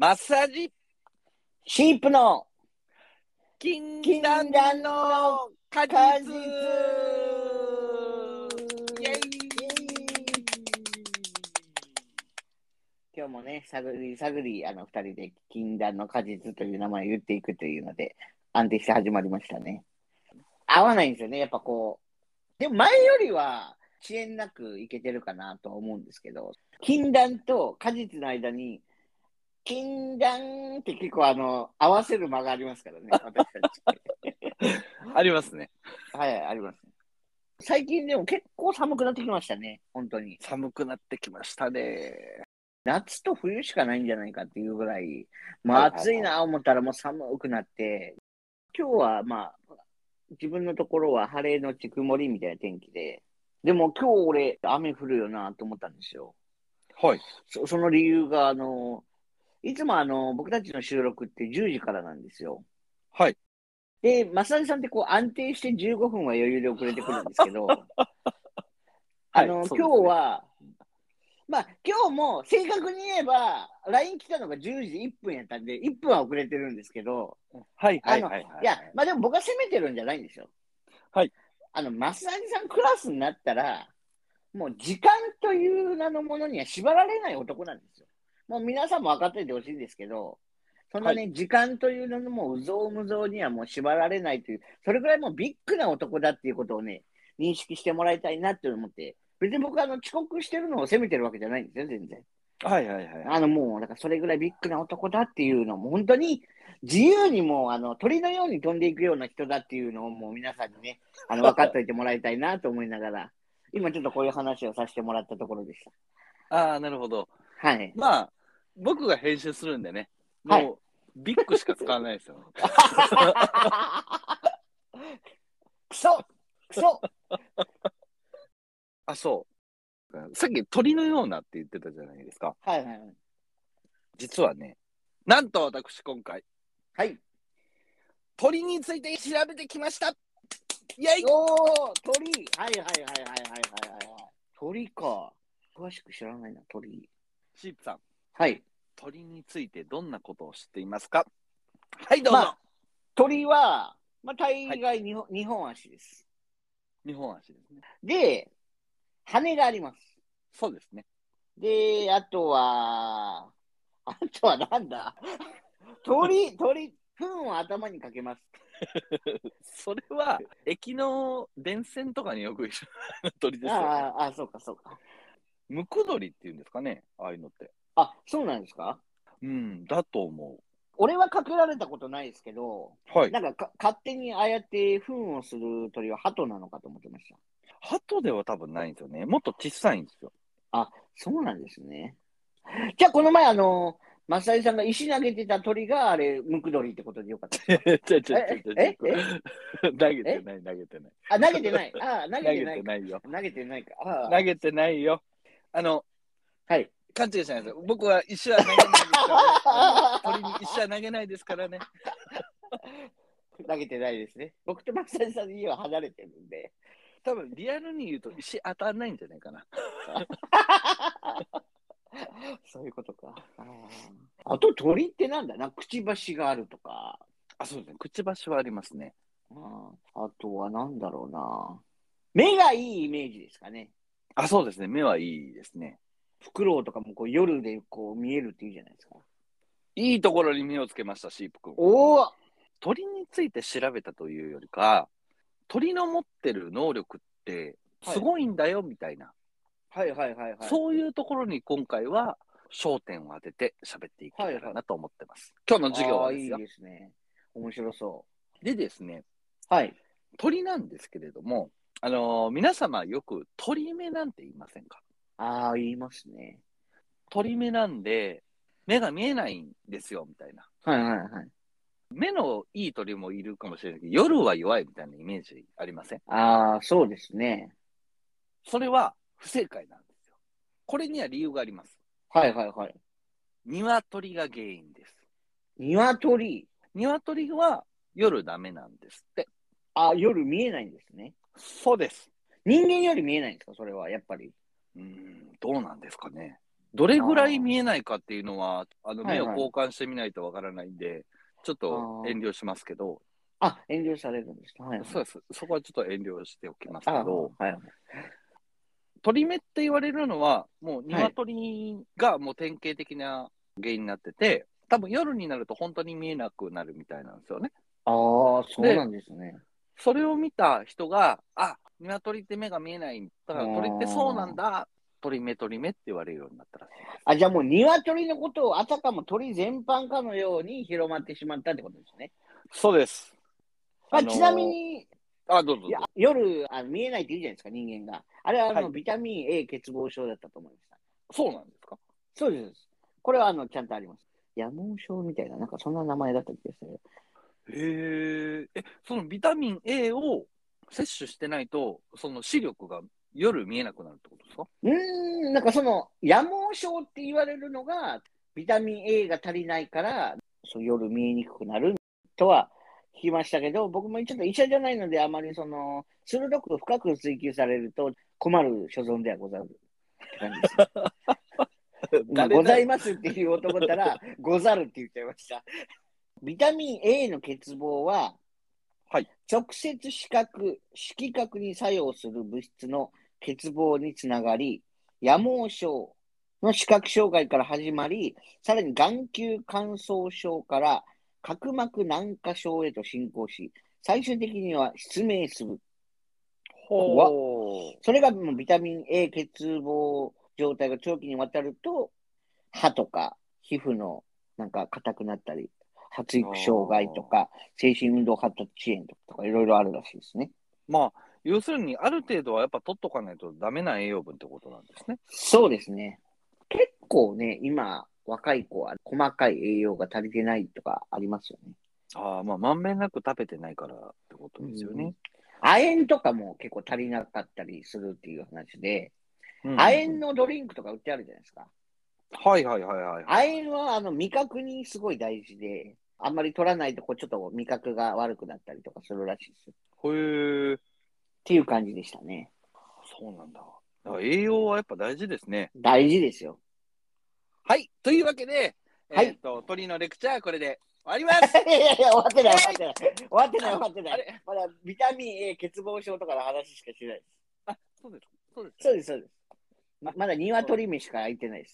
マッサージシープの禁禁断断のの果果実実。 イエイ。 今日もね、探り二人で禁断の果実という名前を言っていくというので、安定して始まりましたね。合わないんですよね、やっぱこう。でも前よりは遅延なくいけてるかなと思うんですけど、禁断と果実の間に、禁断って結構合わせる間がありますからね、私たち。 ありますね。 はい、あります。最近でも結構寒くなってきましたね、本当に。 寒くなってきましたね。 夏と冬しかないんじゃないかっていうぐらい、まあはいはいはい。 暑いな思ったらもう寒くなって、今日はまあ、自分のところは晴れのち曇りみたいな天気で、でも今日俺雨降るよなと思ったんですよ。 はい。 その理由が、いつも僕たちの収録って10時からなんですよ。 はい。 で、マサルさんってこう安定して15分は余裕で遅れてくるんですけど、 はい。そう今ですね。 日は、まあ、今日も正確に言えば、LINE 来たのが10時1分やったんで、1分は遅れてるんですけど、 はいはいはいはい。 いや、まあでも僕は責めてるんじゃないんですよ。 はい。 マスアリさんクラスになったら、もう時間という名のものには縛られない男なんですよ。もう皆さんも分かっておいてほしいんですけど、そんなはい。 ね、時間というののもうぞうむぞうにはもう縛られないという、それぐらいもうビッグな男だっていうことをね、認識してもらいたいなって思って、別に僕は遅刻してるのを責めてるわけじゃないんですよ、全然。 はいはいはいはい。 もう、だからそれぐらいビッグな男だっていうのも、本当に自由にもう、鳥のように飛んでいくような人だっていうのをもう皆さんにね、分かっておいてもらいたいなと思いながら、今ちょっとこういう話をさせてもらったところでした。 ああ、なるほど。 はい。 まあ、僕が編集するんでね、 はい。 もう、ビッグしか使わないですよ。 クソクソあ、そう。さっき鳥のようなって言ってたじゃないですか。 はいはいはい。 実はね、なんと私今回、 はい。 鳥について調べてきました。イェイ。 おー、鳥。はいはいはいはいはいはいはい。鳥か。詳しく知らないな、鳥。 シープさん、 はい。 鳥についてどんなことを知っていますか？はい、どうぞ。 まあ、鳥は、まあ、 はい、 大概二本足です。 日本足ですね。 で、羽があります。 そうですね。 で、あとはなんだ糞を頭にかけます。 それは、駅の電線とかによくいる鳥ですよね。 そうか、そうか。 ムクドリっていうんですかね、ああいうのって。 あ、そうなんですか？ うん、だと思俺はかけられたことないですけど、 う。はい。 なんか勝手にああやって糞をする鳥は鳩なのかと思ってました。 鳩では多分ないんですよね。もっと小さいんですよ。 あ、そうなんですね。じゃあ、この前、マサイさんが石投げてた鳥が、あれ、ムクドリってことでよかったですか？ 投げてえない、投げてない。 あ、投げてない。投げ投げてないか。 てないよ。 投げてないか。 投げてないよ。 はい。 勘違いしないですよ。僕は石は投げないですからね。鳥に石は投げないですからね。 投げてないですね。僕とマサイさんの家は離れてるんで。 多分リアルに言うと石当たらないんじゃないかな。 そういうことか。あと鳥ってなんだな、くちばしがあるとか。 あ、そうですね。くちばしはありますね。 あとはなんだろうな。目がいいイメージですかね。 あ、そうですね。目はいいですね。 フクロウとかもこう夜でこう見えるっていうじゃないですか。 いいところに目をつけました、シープくん。 おお。 鳥について調べたというよりか、鳥の持ってる能力ってすごいんだよ、みたいな。 はいはいはいはい。 そういうところに今回は焦点を当てて喋っていけたらなと思ってます。 はいはい、 今日の授業はでいいすよ。 ですね。面白そでですね、 う。はい。 鳥なんですけれども、皆様よく鳥目なんて言いませんか？ 言いますね。 鳥目なんで、目が見えないんですよ、みたいな。 はいはいはい。 目のいい鳥もいるかもしれないけど、夜は弱いみたいなイメージありません？ そうですね。 それは不正解なんですよ。これには理由があります。 はいはいはい。 鶏が原因です。 鶏。 鶏は夜ダメなんですって。 夜見えないんですね。 そうです。 人間より見えないんですか、それは、やっぱり。 どうなんですかね。 どれぐらい見えないかっていうのは、目をはいはい。 交換してみないとわからないんで、ちょっと遠慮しますけど、 遠慮されるんですか。はいはい。 そうです。そこはちょっと遠慮しておきますけど、 はいはい。 鳥目って言われるのは、もうはい。 鶏がもう典型的な原因になってて、多分夜になると本当に見えなくなるみたいなんですよね。 ああ、そうなで、 んですね。 それを見た人が、あ、鶏って目が見えない。だあから鳥ってそうなんーだ。鳥目って言われるようになったらしいです。 あ、じゃあもう鶏のことをあたかも鳥全般かのように広まってしまったってことですね。 そうです。 まあ、ちなみに、 どうぞいや、 どうぞ。 夜見えないって言うじゃないですか、人間が。あれははい。 ビタミン A 欠乏症だったと思いました。 そうなんですか？ そうです。これはちゃんとあります。夜盲症みたいな、なんかそんな名前だった気がする。 へえ。そのビタミン A を摂取してないと、その視力が夜見えなくなるってことですか？ なんかその夜盲症って言われるのが、ビタミン A が足りないから、夜見えにくくなるとは聞きましたけど、僕もちょっと医者じゃないので、あまり鋭く深く追求されると困る所存ではござるって感じですね。今、 誰だよ。 ございますっていう男ったら、ござるって言っちゃいました。ビタミン A の欠乏は、 はい。 直接色覚に作用する物質の欠乏につながり、夜盲症の視覚障害から始まり、さらに眼球乾燥症から角膜軟化症へと進行し、最終的には失明する。怖っ。 ほそれがもうビタミン A 欠乏状態が長期にわたると、歯とか皮膚のなんか硬くなったり、発う。 育障害とか、精神運動発達遅延とかいろいろあるらしいですね。 まあ、要するに、ある程度はやっぱ取っとかないとダメな栄養分ってことなんですね。 そうですね。結構ね、今、若い子は細かい栄養が足りてないとかありますよね。 まあ、まんべんなく食べてないからってことうん。 ですよね。 亜鉛とかも結構足りなかったりするっていう話で、 うんうん亜鉛うん。 のドリンクとか売ってあるじゃないですか。 はいはいはいはいはいはい。 亜鉛は味覚にすごい大事で、あんまり取らないとちょっと味覚が悪くなったりとかするらしいです。っへえ、 ていう感じでしたね。 そうなんだ。だから栄養はやっぱ大事ですね。 大事ですよ。 はい。というわけで、 はい。 鳥のレクチャーこれで終わります。 いやいや、終わってない、終わっイェイ。 てない。終わってない、終わってない。 あれまだビタミン A 欠乏症とかの話しかしてないです。 そうです。そうですか。 そうです、そうです。 あ、 まだそう。 鶏飯しか開いてないです。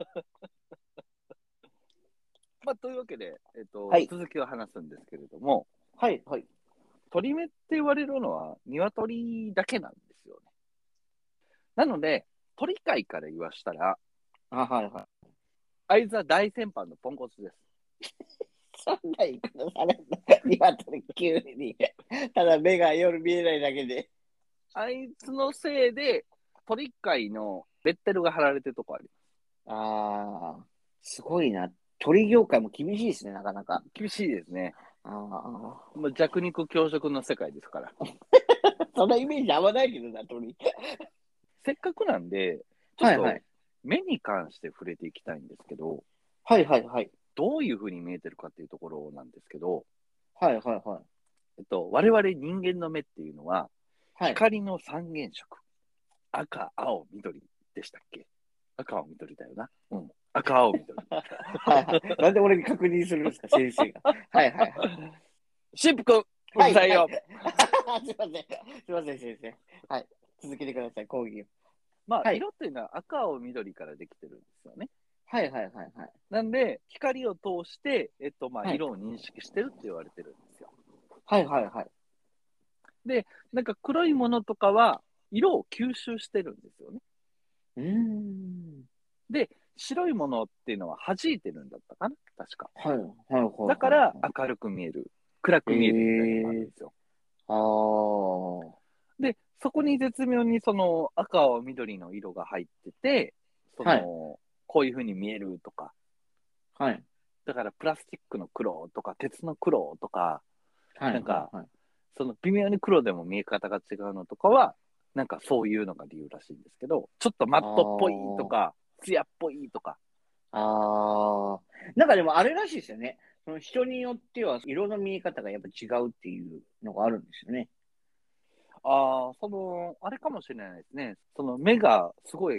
まあ、というわけで、 はい。 続きを話すんですけれども、 はい、はい。 鳥目って言われるのは鶏だけなんですよね。なので、鳥界から言わしたら、 はい、はい。 あいつは大先輩のポンコツです。 そんな言い方されんの。鶏急に。ただ目が夜見えないだけで。 あいつのせいで、鳥界のレッテルが貼られてるとこありまああ、すごいな。鳥業界も厳しいですね、なかなか。 す。厳しいですね。 ああ、 まあ、弱肉強食の世界ですから。 そんなイメージあんまないけどな、鳥。 せっかくなんで、ちょっはい、はとい。 目に関して触れていきたいんですけど、 はい、はい、はい。 どういうふうに見えてるかっていうところなんですけど、 はい、はい、はい。 我々人間の目っていうのは、 はい。 光の三原色。赤、青、緑でしたっけ？赤、青、緑だよな。うん。赤、青、緑。 はい、はい。なんで俺に確認するんですか、先生が。はい、はい、はい。 シップ君、うはい、はい。 るさいよ。 すいません。すいません、先生。はい。続けてください、講義を。 まあ、 はい。 色っていうのは赤、青、緑からできてるんですよね。 はい、はい、はい、はい。 なんで、光を通して、まあ、 はい、 色を認識してるって言われてるんですよ。 はい、はい、はい。 で、なんか黒いものとかは、色を吸収してるんですよね。 うーん。 で、白いものっていうのは弾いてるんだったかな確か。 はい、はい、はい、 だからは明るく見える、暗い。 く見えるみたいなのもあるんえー。 ですよ。 ああ。 で、そこに絶妙にその赤青緑の色が入ってて、 はい、 こういう風に見えるとか、 はい、 だからプラスチックの黒とか、鉄の黒とか、 はい、はい、 なんか、 はい。 その微妙に黒でも見え方が違うのとかは、なんかそういうのが理由らしいんですけど、ちょっとマットっぽいとあか、艶っぽいとか、 あ。ああ。なんかでもあれらしいですよね。その人によっては色の見え方がやっぱ違うっていうのがあるんですよね。 あれかもしれないですね。その目がすごい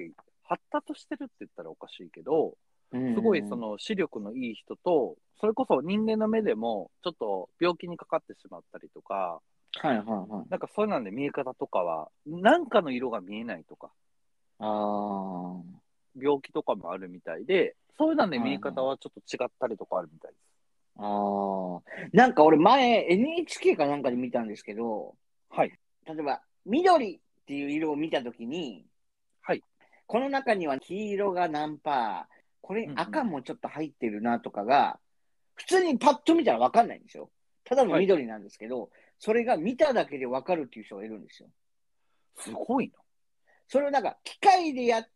発達してるって言ったらおかしいけど、 すすごいその視力のいい人と、それこそ人間の目でもちょっと病気にかかってしまったりとか、 はいはいはい。 なんかそういうので見え方とかは、なんかの色が見えないとか、 ああ、は病気とかもあるみたいで、そういうのでいはい。 見え方はちょっと違ったりとかあるみたいです。 ああ。なんか俺前 NHK かなんかで見たんですけど、 はい。 例えば緑っていう色を見たときに、 はい。 この中には黄色が何パー、これうんうん。 赤もちょっと入ってるなとかが、普通にパッと見たらわかんないんですよ。ただのはい。 緑なんですけど、それが見ただけでわかるっていう人がいるんですよ。 すごいな。 それをなんか機械でやって、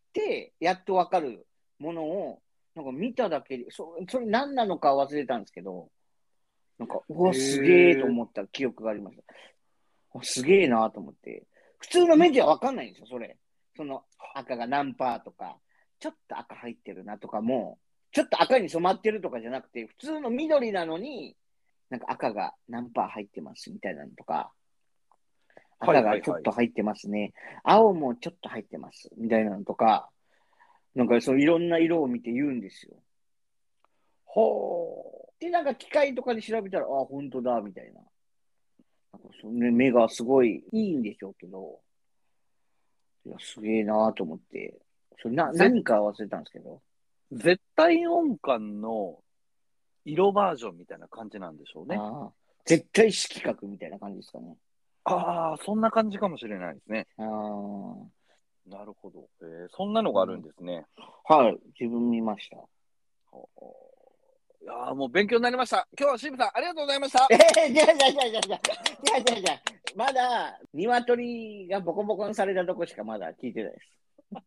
やっとわかるものを、なんか見ただけで、それ何なのか忘れたんですけど、なんか、うへわ、すげえとえ。 思った記憶がありました。すげえなと思って。普通の目じゃわかんないんですよ、それ。その赤が何パーとか、ちょっと赤入ってるなとかも、ちょっと赤に染まってるとかじゃなくて、普通の緑なのに、なんか赤が何パー入ってますみたいなのとか、 はい赤がはいはい。 ちょっと入ってますね。青もちょっと入ってますみたいなのとか、なんかそういろんな色を見て言うんですよ。 ほで、なんか機械とかで調べたら、あ、本当だ、みたいな。なんかそのね、目がすごいいいんでしょうけど、いや、すげえなと思って、それう。 何か忘れたんですけど、 絶対音感の色バージョンみたいな感じなんでしょうね。 ああ、絶対色覚みたいな感じですかね。 ああ、そんな感じかもしれないですね。 ああ、 なるほど。そんなのがあるんうん、 ですね。 はい、自分見ました。 ほいやーもう勉強になりました。今日は渋さん、ありがとうございました。 じゃまだ、鶏がボコボコにされたとこしかまだ聞いてないです。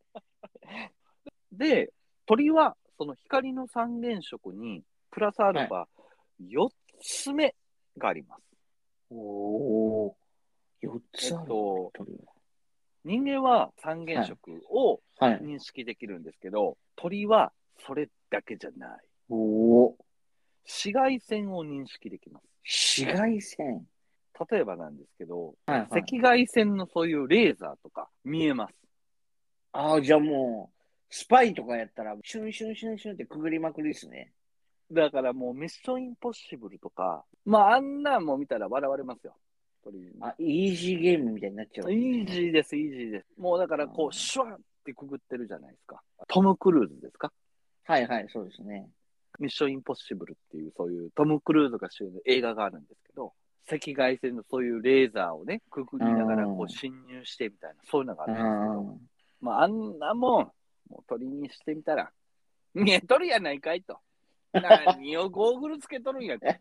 で、鳥は、その光の三原色に、プラスアルはい。 ファ4つ目があります。 おー、4 えっつあるんだ、 と、 鳥は。 人間は三原はい、 色をはい。 認識できるんですけど、鳥はそれだけじゃない。 おー、 紫外線を認識できます。 紫外線。 例えばなんですけど、 はい、はい。 赤外線のそういうレーザーとか見えます。 ああ、じゃあもう、スパイとかやったら、シュンシュンシュンシュンってくぐりまくりですね。 だからもうミッションインポッシブルとか、まああんなんも見たら笑われますよ。鳥に。 あ、イージーゲームみたいになっちゃうわけですイーね。 ジーです、イージーです。もうだからこう、 あシュワンってくぐってるじゃないですか。トム・クルーズですか？ はいはい、そうですね。 ミッションインポッシブルっていう、そういうトム・クルーズが主演の映画があるんですけど、赤外線のそういうレーザーをね、くぐうりながらこうん。 侵入してみたいな、そういうのがあうるんですけど、 ん。 まああんなもん、もう鳥にしてみたら、見えとるやないかいと。何をゴーグルつけとるんやと。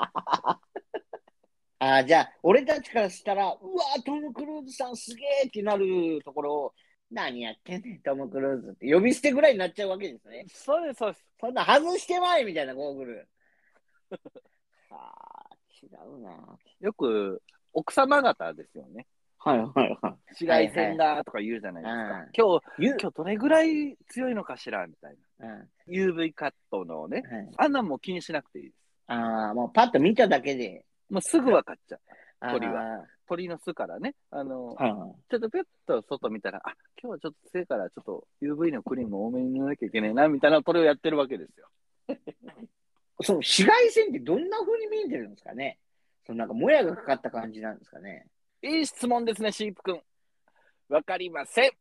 あ、じゃあ、俺たちからしたら、うわ、トム・クルーズさんすげえってなるところを、何やってんねん、トム・クルーズって呼び捨てぐらいになっちゃうわけですね。 そうです、そうです。 そんな外してまいみたいなゴーグル。はあ、違うな。 よく、奥様方ですよね。 はいはいはい。 紫外はいはい。 線がとか言うじゃないですか。 うん。 今日どれぐらい強いのかしらみたいな。 うん。 UV カットのね。 はい。 あんなんも気にしなくていいです。 ああ、もうパッと見ただけで、 もうすぐ分かっちゃう。 あ鳥は。 あ、 鳥の巣からね。 はいはい。 ちょっとペッと外見たら、あ、今日はちょっと強いから、ちょっと UV のクリーム多めに塗らなきゃいけないな、みたいな鳥をやってるわけですよ。 その紫外線ってどんな風に見えてるんですかね。そのなんかもやがかかった感じなんですかね。 いい質問ですね、シープくん。わかりません。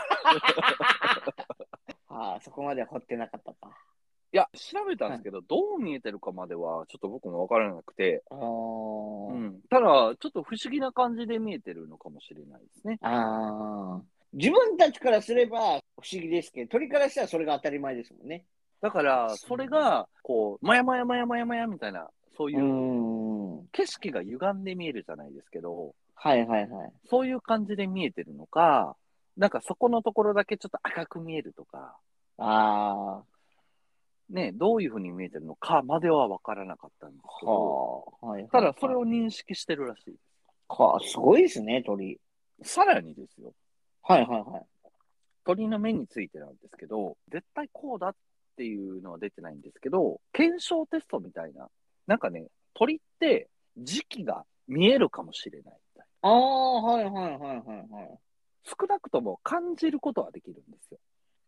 ああ、そこまでは掘ってなかったか。 いや、調べたんではい。 すけど、どう見えてるかまでは、ちょっと僕もわからなくて、 あーただ、ちょっと不思議な感じで見えてるのかもしれないですね。 あー、自分たちからすれば不思議ですけど、鳥からしたらそれが当たり前ですもんね。 だから、それが、こう、まやまやまやまやまやみたいな、そううーいうん。 景色が歪んで見えるじゃないですけど、 はいはいはい。 そういう感じで見えてるのか、なんかそこのところだけちょっと赤く見えるとか、 ああ、 ね、どういうふうに見えてるのかまではわからなかったんですけど、 はあ、はいただそれはいはい。 を認識してるらしいではあ、すごいですね、鳥。 す。さらにですよ、 はいはいはい。 鳥の目についてなんですけど、絶対こうだっていうのは出てないんですけど、検証テストみたいな、なんかね、鳥って時期が見えるかもしれないみたいああ、はいはいはいはいはい。 な。少なくとも感じることはできるんですよ。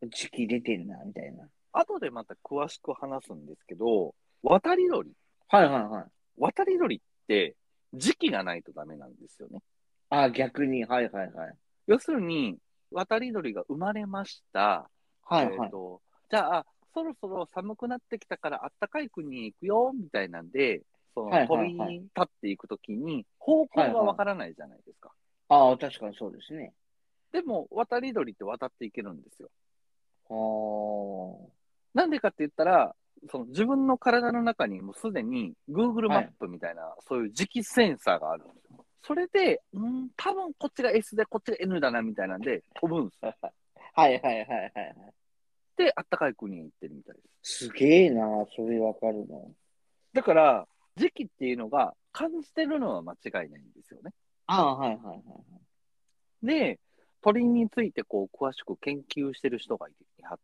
時期出てんな、みたいな。 後でまた詳しく話すんですけど、渡り鳥。 はいはいはい。 渡り鳥って時期がないとダメなんですよね。 あ、逆に、はいはいはい。 要するに、渡り鳥が生まれました。 はいはい。 じゃあ、そろそろ寒くなってきたからあったかい国に行くよ、みたいなんで、そのはい飛はいはい。 び立っていくときに方向がわはいはい。 からないじゃないですか。 ああ、確かにそうですね。 でも、渡り鳥って渡っていけるんですよ。 ああ。 なんでかって言ったら、その自分の体の中にもうすでに Google マッはい。 プみたいな、そういう磁気センサーがあるんですよ。それで、多分こっちが S でこっちが N だなみたいなんで飛ぶんですよ。 はいはいはいはいはい。 で、あったかい国に行ってるみたいです。 すげえな、それわかるの。 だから、時期っていうのが感じてるのは間違いないんですよね。 ああ、はいはいはい。 で、鳥についてこう詳しく研究してる人がいはって、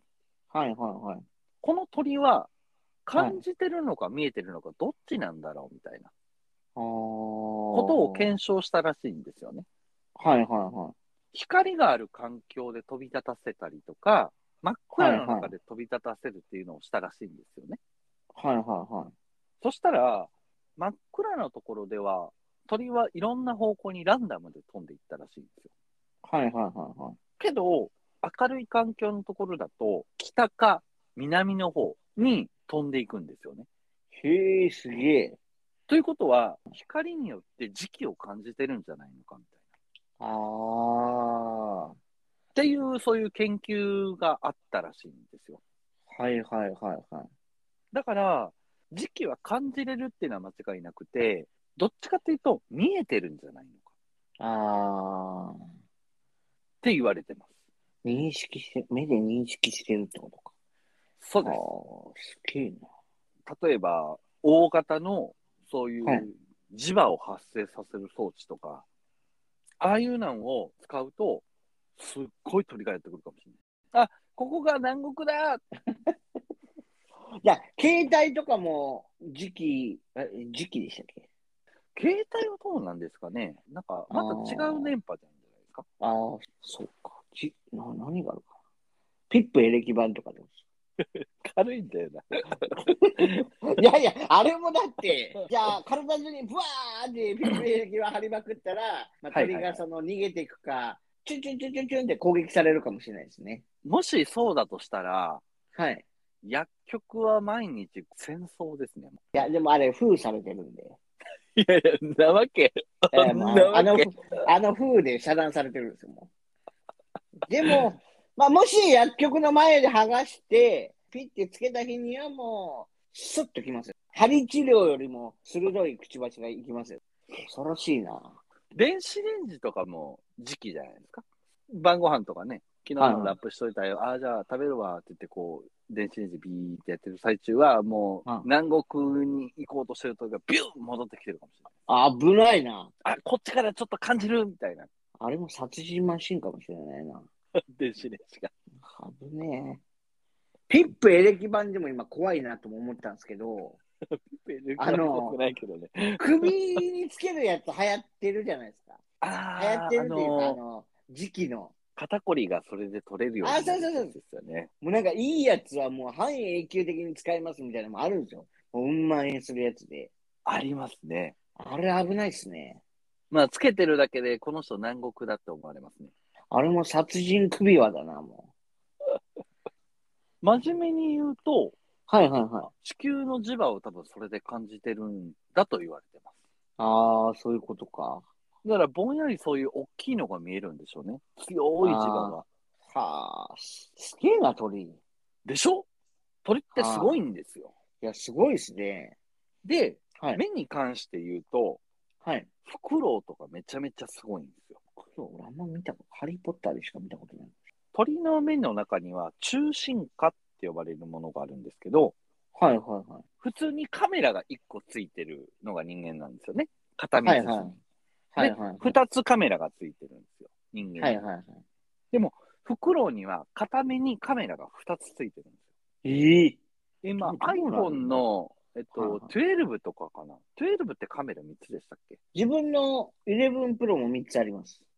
はいはいはい。 この鳥ははい。 感じてるのか見えてるのかどっちなんだろうみたいなああ。 ことを検証したらしいんですよね。 はいはいはい。 光がある環境で飛び立たせたりとか、真っ暗のはいはい。 中で飛び立たせるっていうのをしたらしいんですよね。 はいはいはい。 そしたら、真っ暗なところでは、鳥はいろんな方向にランダムで飛んでいったらしいんですよ。 はいはいはいはい。 けど、明るい環境のところだと、北か南の方に飛んでいくんですよね。 へえ、すげえ。 ということは、光によって時期を感じてるんじゃないのかみたいな。 ああ。はっていう、そういう研究があったらしいんですよ。 いはいはいはい。 だから、時期は感じれるっていうのは間違いなくて、どっちかっていうと、見えてるんじゃないのかああ。 って言われてます。 認識して、目で認識してるってことか。 そうです。 ああ、すげえな。 例えば、大型のそうはい。 いう磁場を発生させる装置とか、ああいうのを使うと、すっごい鳥がやってくるかもしれない。あ、ここが南国だ。 じゃあ、携帯とかも時期でしたっけ？ 携帯はどうなんですかね。なんか、 あまた違うー電波じゃないですか。 あー、そうか。何があるかな。ピップエレキ板とかでも。 軽いんだよな。 いやいや、あれもだって、じゃあ、体中にブワーってピップエレキ板張りまくったら、まあ、鳥がはいはいはい。 その逃げていくか、チュンチュンチュンチュンチュンって攻撃されるかもしれないですね。 もしそうだとしたら、 はい。 薬局は毎日戦争ですね。 いや、でもあれ封されてるんで。 いやいや、なわけ。 もうなわけ。 あの風で遮断されてるんですよ、もう。でも、まあ、もし薬局の前で剥がして、ピッてつけた日にはもう、スッときますよ。針治療よりも鋭いくちばしがいきますよ。恐ろしいな。 電子レンジとかも時期じゃないですか。晩ご飯とかね、昨日はいはい。 のラップしといたよ。ああ、じゃあ食べるわって言って、こう、電子レンジビーってやってる最中は、もうは南国に行こうとしてる時がビューン戻ってきてるかもしれない。 危ないな。 あ、こっちからちょっと感じるみたいな。 あれも殺人マシンかもしれないな。 電子レンジが。 危ねえ。ピップエレキ板でも今怖いなとも思ったんですけど、 ペルキあは怖くの、 ないけどね。 首につけるやつ流行ってるじゃないですか。流行っああ、 てるっていうか、時期の。 肩こりがそれで取れるようあ、 になそうそうそう。 るってやつですよね。 もうなんかいいやつはもう半永久的に使えますみたいなのもあるんですよ。もううん万円するやつで。 ありますね。 あれ危ないっすね。 まあ、つけてるだけで、この人南国だって思われますね。 あれも殺人首輪だな、も真面目に言うと、 う。はいはいはい。 地球の磁場を多分それで感じてるんだと言われてます。 ああ、そういうことか。 だからぼんやりそういう大きいのが見えるんでしょうね。強い磁場あが。 あ、はあ、すげえな、鳥。 でしょ？鳥ってすごいはあ。 んですよ。 いや、すごいっすね。 で、 はい。 目に関して言うと、 はい。 フクロウとかめちゃめちゃすごいんですよ。 俺あんま見たこと、ハリーポッターでしか見たことない。 鳥の目の中には中心花って呼ばれるものがあるんですけど、 はいはいはい。 普通にカメラが1個ついてるのが人間なんですよね。片目はいはい。 ずつに。で、 はいはいはい。 2つカメラがついてるんですよ。人間には。 はいはいはい。 でも、フクロウには片目にカメラが2つついてるんですよ。 ええ今、 どうなる iPhone んだろの、 う。はいはい。 12とかかな。12ってカメラ3つでしたっけ？ 自分の11 Pro も3つあります。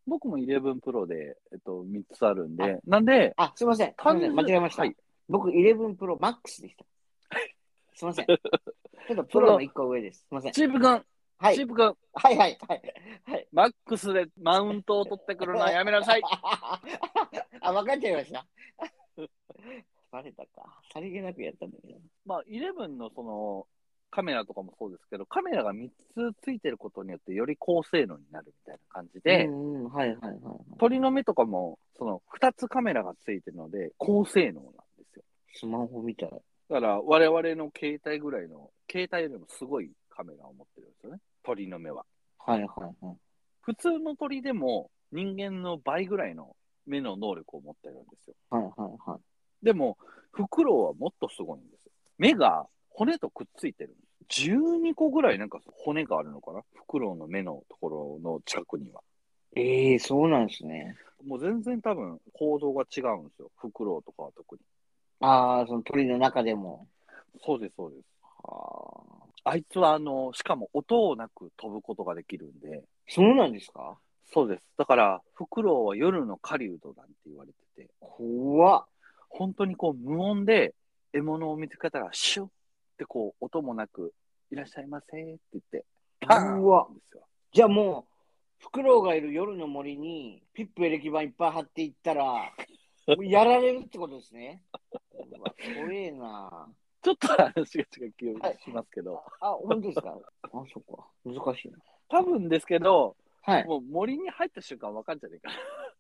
僕も11プロで、3つあるんで、なんで、 あ、すいません。間違えました。 はい。 僕、11プロマックスでした。すいません。ちょっとプその、 ロの1個上です。すいません。 チープ君、 はい。 チープ君、 はいはいはい。はい。 マックスでマウントを取ってくるのはやめなさい。 あ、分かっちゃいました。バレたか。さりげなくやったんだけど。 まあ、11のその、カメラとかもそうですけど、カメラが3つついてることによってより高性能になるみたいな感じで、 うんうん。はいはいはいはい。 鳥の目とかも、その2つカメラがついてるので、高性能なんですよ。 スマホみたい。 だから、我々の携帯ぐらいの、携帯よりもすごいカメラを持ってるんですよね。鳥の目は。 はいはいはい。 普通の鳥でも人間の倍ぐらいの目の能力を持ってるんですよ。 はいはいはい。 でも、フクロウはもっとすごいんですよ。目が骨とくっついてるんです。12個ぐらいなんか骨があるのかな、フクロウの目のところの近くには。 ええー、そうなんですね。 もう全然多分行動が違うんですよ。フクロウとかは特に。 ああ、その鳥の中でも。 そうです、そうです。 ああ、 あいつはしかも音をなく飛ぶことができるんで、 そうなんですか？ そうです。だから、フクロウは夜の狩人なんて言われてて、 怖っ。 本当にこう無音で獲物を見つけたらシュッってこう音もなくいらっしゃいませって言ってパうわ。 ーンですよ。 じゃあもう、フクロウがいる夜の森に、ピップエレキ板いっぱい貼っていったら、もうやられるってことですね。うわ、怖えな。 ちょっと話が違う気がはい。 しますけど、 本当ですか？あ、そっか。難しいな。 多分ですけど、 はい。 もう森に入った瞬間わかんじゃねえかな。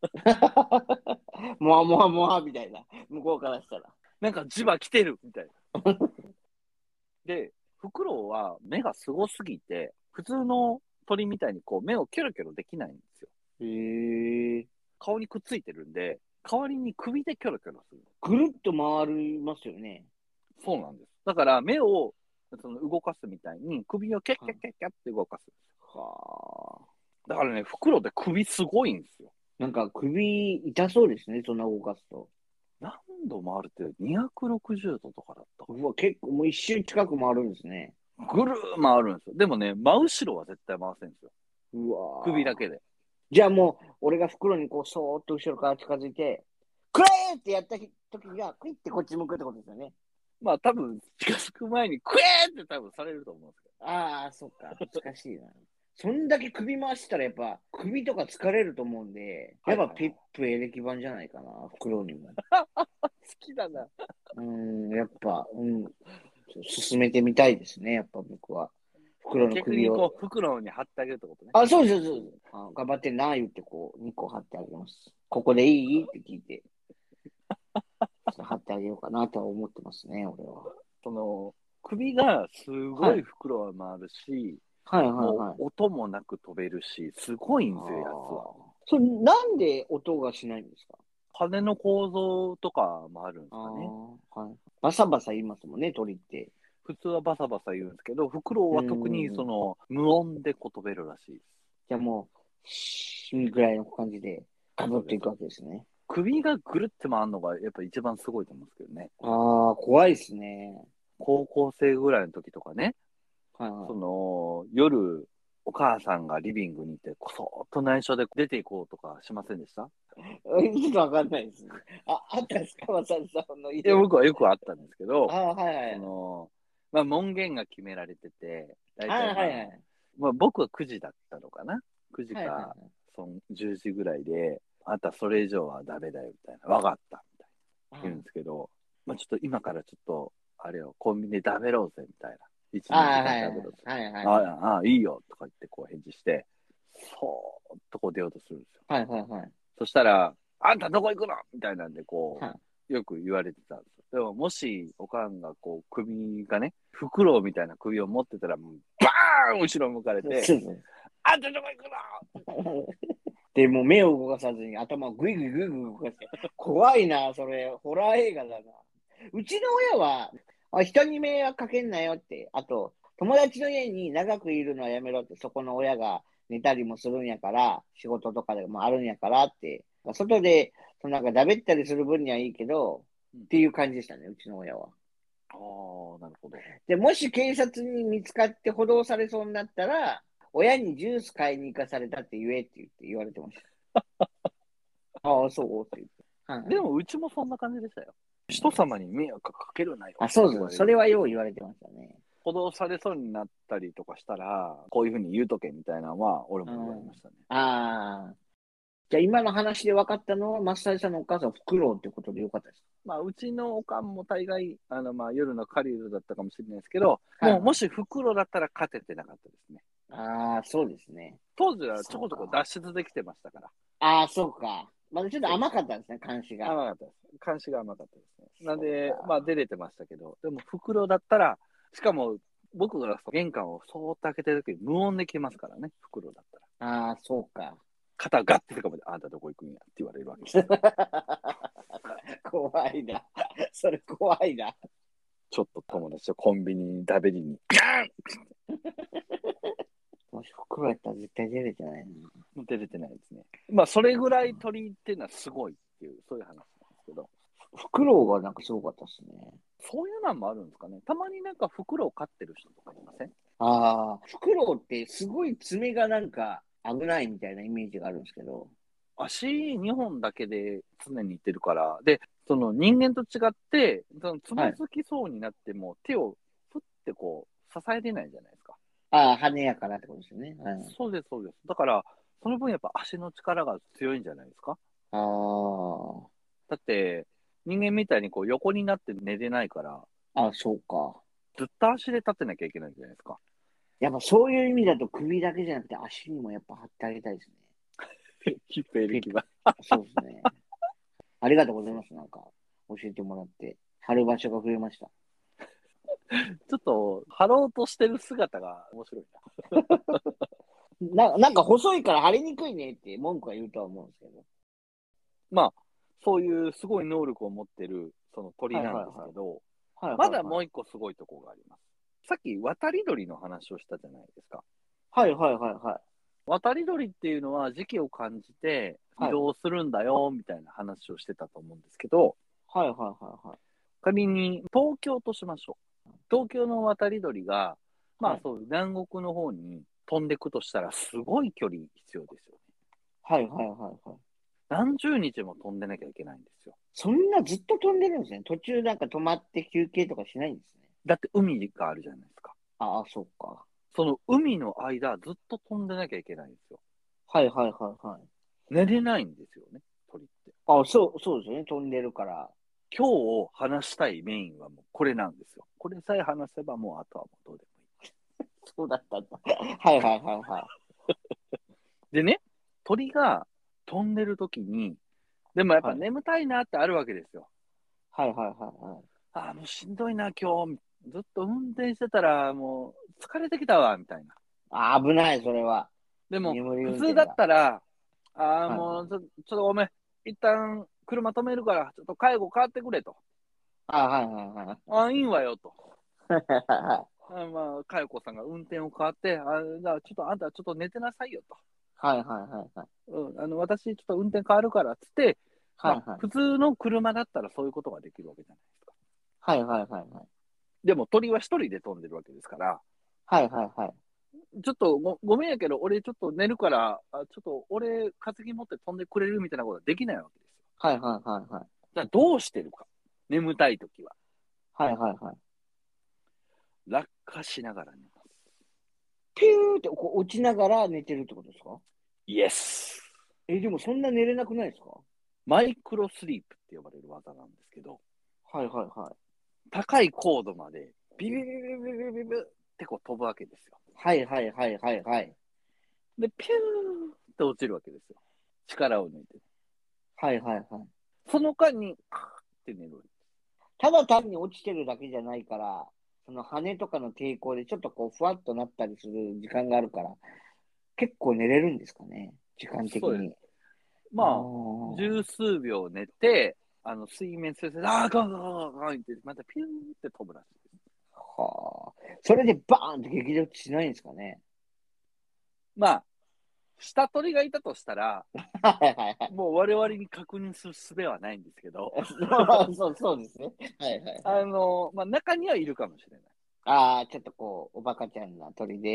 もわもわもわみたいな。向こうからしたら。 なんか磁場来てるみたいな。で、フクロウは目がすごすぎて、普通の鳥みたいにこう目をキョロキョロできないんですよ。 へえ。 顔にくっついてるんで、代わりに首でキョロキョロする。 ぐるっと回りますよね。 そうなんです。だから目を動かすみたいに首をキャッキャッキャッキャッって動かす。 はあ。 だからね、フクロウって首すごいんですよ。 なんか首痛そうですね、そんな動かすと。 何度回るって260度とかだったかうわ、結構もう一周近く回るんですね。 な。ぐるー回るんですよ。でもね、真後ろは絶対回せるんですよ。 うわー。 首だけで。 じゃあもう、俺が袋にこう、そーっと後ろから近づいて、クレーってやった時が、クイってこっち向くってことですよね。 まあ多分近づく前にクエーって多分されると思うんですけど。 ああ、そっか。難しいな。そんだけ首回したらやっぱ首とか疲れると思うんで、やっぱピッはいはいはい。 プエレキ板じゃないかな、袋にも。 好きだな。 やっぱ、進めてみたいですね、やっぱ僕は。袋の首を。 逆にこう、フクロウに貼ってあげるってことね。 あ、そうです、そうです。頑張ってんな、言ってこう、2個貼ってあげます。ここでいいって聞いて、ちょっと貼ってあげようかなとは思ってますね、俺は。 その、首がすごいはい。 フクロウは回るし、 はい、はい、はい。 もう音もなく飛べるし、すごいんですよ、やつは。 それ、なんで音がしないんですか？ 羽の構造とかもあるんですかね。 はい。バサバサ言いますもんね、鳥って。 普通はバサバサ言うんですけど、フクロウうは特にん。 無音でこう飛べるらしいです。 じゃあもう、シーぐらいの感じで、ガブそうです。 っていくわけですね。 首がぐるって回るのがやっぱ一番すごいと思うんですけどね。 ああ、怖いですね。 高校生ぐらいの時とかね、 はいは夜、お母さんがリビングにいて、こそーっと内緒で出ていこうとかしませんでした？ い。ちょっとわかんないですね。あったんですか、まさみさんの家いや、 は。 僕はよくあったんですけど、 はいはそい。 の、まあ、門限が決められてて、だいたいはいはいはい。 まあ、僕は9時だったのかな？ 9 時はいはいはい。 か、10時ぐらいで、あんたそれ以上はダメだよ、みたいな。わかった、みたいな。言うんですけど、まあ、ちょっと今からちょっと、あれよ、コンビニで食べろうぜ、みたいな。1、2 はいはい時間食べろぜ。 はいはいはい。 ああ、いいよ、とか言ってこう返事して、そーっとこう出ようとするんですよ。 はいはいはい。 そしたら、あんたどこ行くのみたいなんで、こはい。 う、よく言われてたんですよ。でも、もし、おかんが、こう、首がね、フクロウみたいな首を持ってたら、もうバーン後ろ向かれて、 そうそう。 あんたどこ行くので、もう目を動かさずに頭をグイグイグイグイ動かして、怖いな、それ、ホラー映画だな。うちの親は、人に迷惑かけんなよって、あと、友達の家に長くいるのはやめろって、そこの親が寝たりもするんやから、仕事とかでもあるんやからって、外で、なんかだべったりする分にはいいけど、 うん。 っていう感じでしたね、うちの親は。 ああ、なるほど。 で、もし警察に見つかって補導されそうになったら、親にジュース買いに行かされたって言えって言われてました。 ああ、そうって言って。はいはい。 でも、うちもそんな感じでしたよ。人様に迷惑かけるなよあ、 ってそうです。 言われる。 それはよう言われてましたね。 補導されそうになったりとかしたら、こういうふうに言うとけみたいなのは、俺うも言われまん。 したね。 ああ。じゃあ今の話で分かったのは、マッサージさんのお母さん、フクロウってことでよかったです。 まあ、うちのおかんも大概、まあ、夜の狩人だったかもしれないですけど、もう、 はいはい。 もし袋だったら勝ててなかったですね。 ああ、そうですね。 当時はちょこちょこそうか。 脱出できてましたから。 ああ、そうか。まだちょっと甘そうそう。 かったんですね、監視が。 甘かったです。監視が甘かったですね。なんそうで、まあ、 か。 出れてましたけど、でも、袋だったら、しかも、僕が玄関をそーっと開けてるとき無音で来ますからね、袋だったら。 ああ、そうか。 肩ガッてかもで、あんたどこ行くんやって言われるわけですよ。 怖いな。それ怖いな。 ちょっと友達とコンビニに食べにに、ガーンもし袋やったら絶対出れてないな。 出れてないですね。まあ、それぐらい鳥っていうのはすごいっていう、そういう話なんですけど、 フクロウがなんかすごかったですね。 そういうのもあるんですかね。たまになんか袋を飼ってる人とかいません？ ああ、フクロウってすごい爪がなんか危ないみたいなイメージがあるんですけど。 足2本だけで常に行ってるから、で、その人間と違って、そのつはい。 まずきそうになっても手をふってこう支えれないじゃないですか。 ああ、羽やからってことですよね。はい。 そうです、そうです。だから、その分やっぱ足の力が強いんじゃないですか。 ああ、 だって、人間みたいにこう横になって寝れないから、 あ、そうか。 ずっと足で立ってなきゃいけないじゃないですか。 やっぱそういう意味だと首だけじゃなくて足にもやっぱ貼ってあげたいですね。 キッペルピキは。 そうですね。ありがとうございます。なんか教えてもらって。貼る場所が増えました。 ちょっと、張ろうとしてる姿が面白いなんか細いから貼りにくいねって文句は言うとは思うんですけど。 な。まあ、そういうすごい能力を持ってるその鳥はいなんですはいはい。 けど、 はいまはいはい。 だもう一個すごいところがあります。さっき渡り鳥の話をしたじゃないですか。 はいはいはいはい。 渡り鳥っていうのは時期を感じて移はい動するんだよみたいな話をしてたと思うんですけど、 はいはいはいはい。 仮に東京としましょう。東京の渡り鳥が、まはいあそう、南国の方に飛んでいくとしたらすごい距離必要ですよね。 はいはいはいはい。 何十日も飛んでなきゃいけないんですよ。 そんなずっと飛んでるんですね。途中なんか止まって休憩とかしないんですね。 だって海があるじゃないですか。 ああ、そうか。 その海の間ずっと飛んでなきゃいけないんですよ。 はいはいはいはい。 寝れないんですよね、鳥って。 ああ、そうですよね。飛んでるから。 今日話したいメインはもうこれなんですよ。これさえ話せばもうあとはもうどうでもいい。 そうだったんだ。はいはいはいはい。 でね、鳥が飛んでる時に、でもやっぱはい眠たいなってあるわけですよ。 はいはいはいはい。 ああ、もうしんどいな、今日。ずっと運転してたらもう疲れてきたわ、みたいな。 あ、危ない、それは。 でも、 眠り普通だっ運転だ。 たら、ああ、 はいはい。 もうちょっとごめん。一旦車止めるから、ちょっと介護変わってくれと。 あ、はいはいはい。 ああ、いいわよと。 はまあ、佳代子さんが運転を変わって、じゃあちょっとあんたちょっと寝てなさいよと。 いはいはいはい。 私ちょっと運転変わるからっつって、まあ、 はいはい。 普通の車だったらそういうことができるわけじゃないですか。 はいはいはいはい。 でも鳥は一人で飛んでるわけですから、 はいはいはい。 ちょっとごめんやけど、俺ちょっと寝るから、ちょっと俺担ぎ持って飛んでくれるみたいなことはできないわけですよ。 はいはいはいはい。 じゃあどうしてるか。眠たいときは。 はいはいはい。 落下しながら寝ます。 ピューってこう落ちながら寝てるってことですか？ イエス。 でもそんな寝れなくないですか？ マイクロスリープって呼ばれる技なんですけど、 はいはいはい。 高い高度までビビビビビビビビってこう飛ぶわけですよ。 はいはいはいはいはい。 で、ピューって落ちるわけですよ。力を抜いて。 はいはいはい。 その間に、カーって寝る。 ただ単に落ちてるだけじゃないから、その羽とかの抵抗でちょっとこうふわっとなったりする時間があるから、結構寝れるんですかね、時間的そうです。 に。ああ、 まあ、十数秒寝て、水面すれて、あーガーガーガーって、またピューって飛ぶらしいです。 はあ。それでバーンって激突しないんですかね。 まあ、下鳥がいたとしたら、 はいはいはい。 もう我々に確認する術はないんですけど、 そうですね。はいはいはい。 まあ、中にはいるかもしれない。 ああ、ちょっとこう、おバカちゃんな鳥で。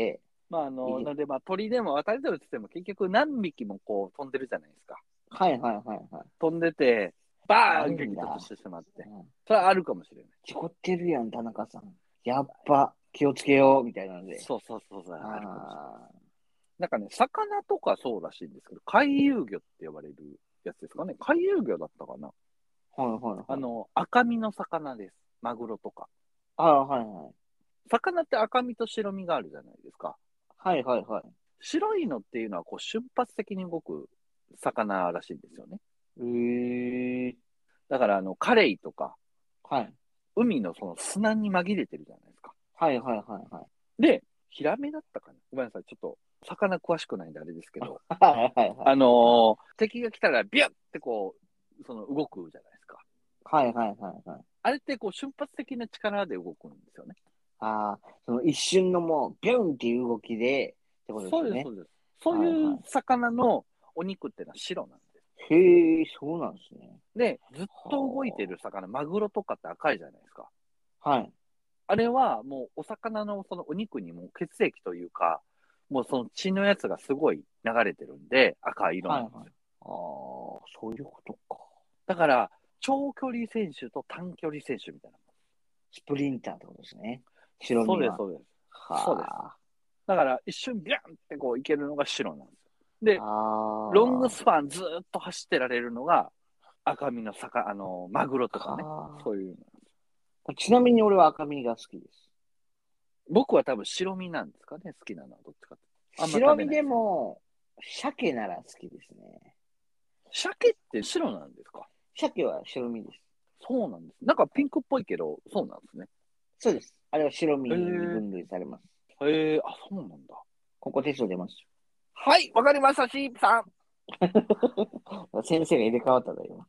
まあ、なので、まあ、鳥でも渡り鳥って言っても結局何匹もこう飛んでるじゃないですか。 はいはいはいはい。 飛んでて、バあーンるんだ。 激突してしまって。 うん。 それはあるかもしれない。 事故ってるやん、田中さん。やっぱ、気をつけよう、みたいなので。 そうそうそうそう、あるかもしれない。 あなんかね、魚とかそうらしいんですけど、回遊魚って呼ばれるやつですかね。回遊魚だったかな。 あ、はいはいはい。 赤身の魚です。マグロとか。 ああ、はいはい。 魚って赤身と白身があるじゃないですか。 はいはいはい。 白いのっていうのはこう瞬発的に動く魚らしいんですよね。 ええ、 だからカレイとか、 はい。 海のその砂に紛れてるじゃないですか。 はいはいはいはい。 で、ヒラメだったかな、ごめんなさい。ちょっと、魚詳しくないんであれですけど、 はいはいはい。 敵が来たらビュッってこう、動くじゃないですか。 はいはいはいはい。 あれってこう瞬発的な力で動くんですよね。 ああ、その一瞬のもう、ビュンっていう動きで、ってことですそうです、 よね。 そうです。そういうはいは魚のお肉っていうのは白なんです。 い。へえ、そうなんですね。 で、ずっと動いてはる魚、マグロとかって赤いじゃないですか。 あ。はい。 あれはもうお魚のそのお肉にも血液というか、もうその血のやつがすごい流れてるんで赤い色はいはい。 なんですよ。 ああ、そういうことか。 だから、長距離選手と短距離選手みたいな。 スプリンターってことですね。白そうです、 身は。 そうです。そうです。 はだから一瞬ビャンってこういけるのが白なんですよ。 あ。 で、ロングああ。 スパンずーっと走ってられるのが赤身のマグロとかね。 はそういうの。 あ。ちなみに俺は赤身が好きです。 僕は多分白身なんですかね、好きなのはどっちかって。あんま白身で食べないですけど。 も、鮭なら好きですね。 鮭って白なんですか？ 鮭は白身です。 そうなんです。なんかピンクっぽいけど、そうなんですね。 そうです。あれは白身へえ、 に分類されます。 へえ、あ、そうなんだ。 ここテスト出ますはい、わかりました、シープさん。 よ。先生が入れ替わったんだよ、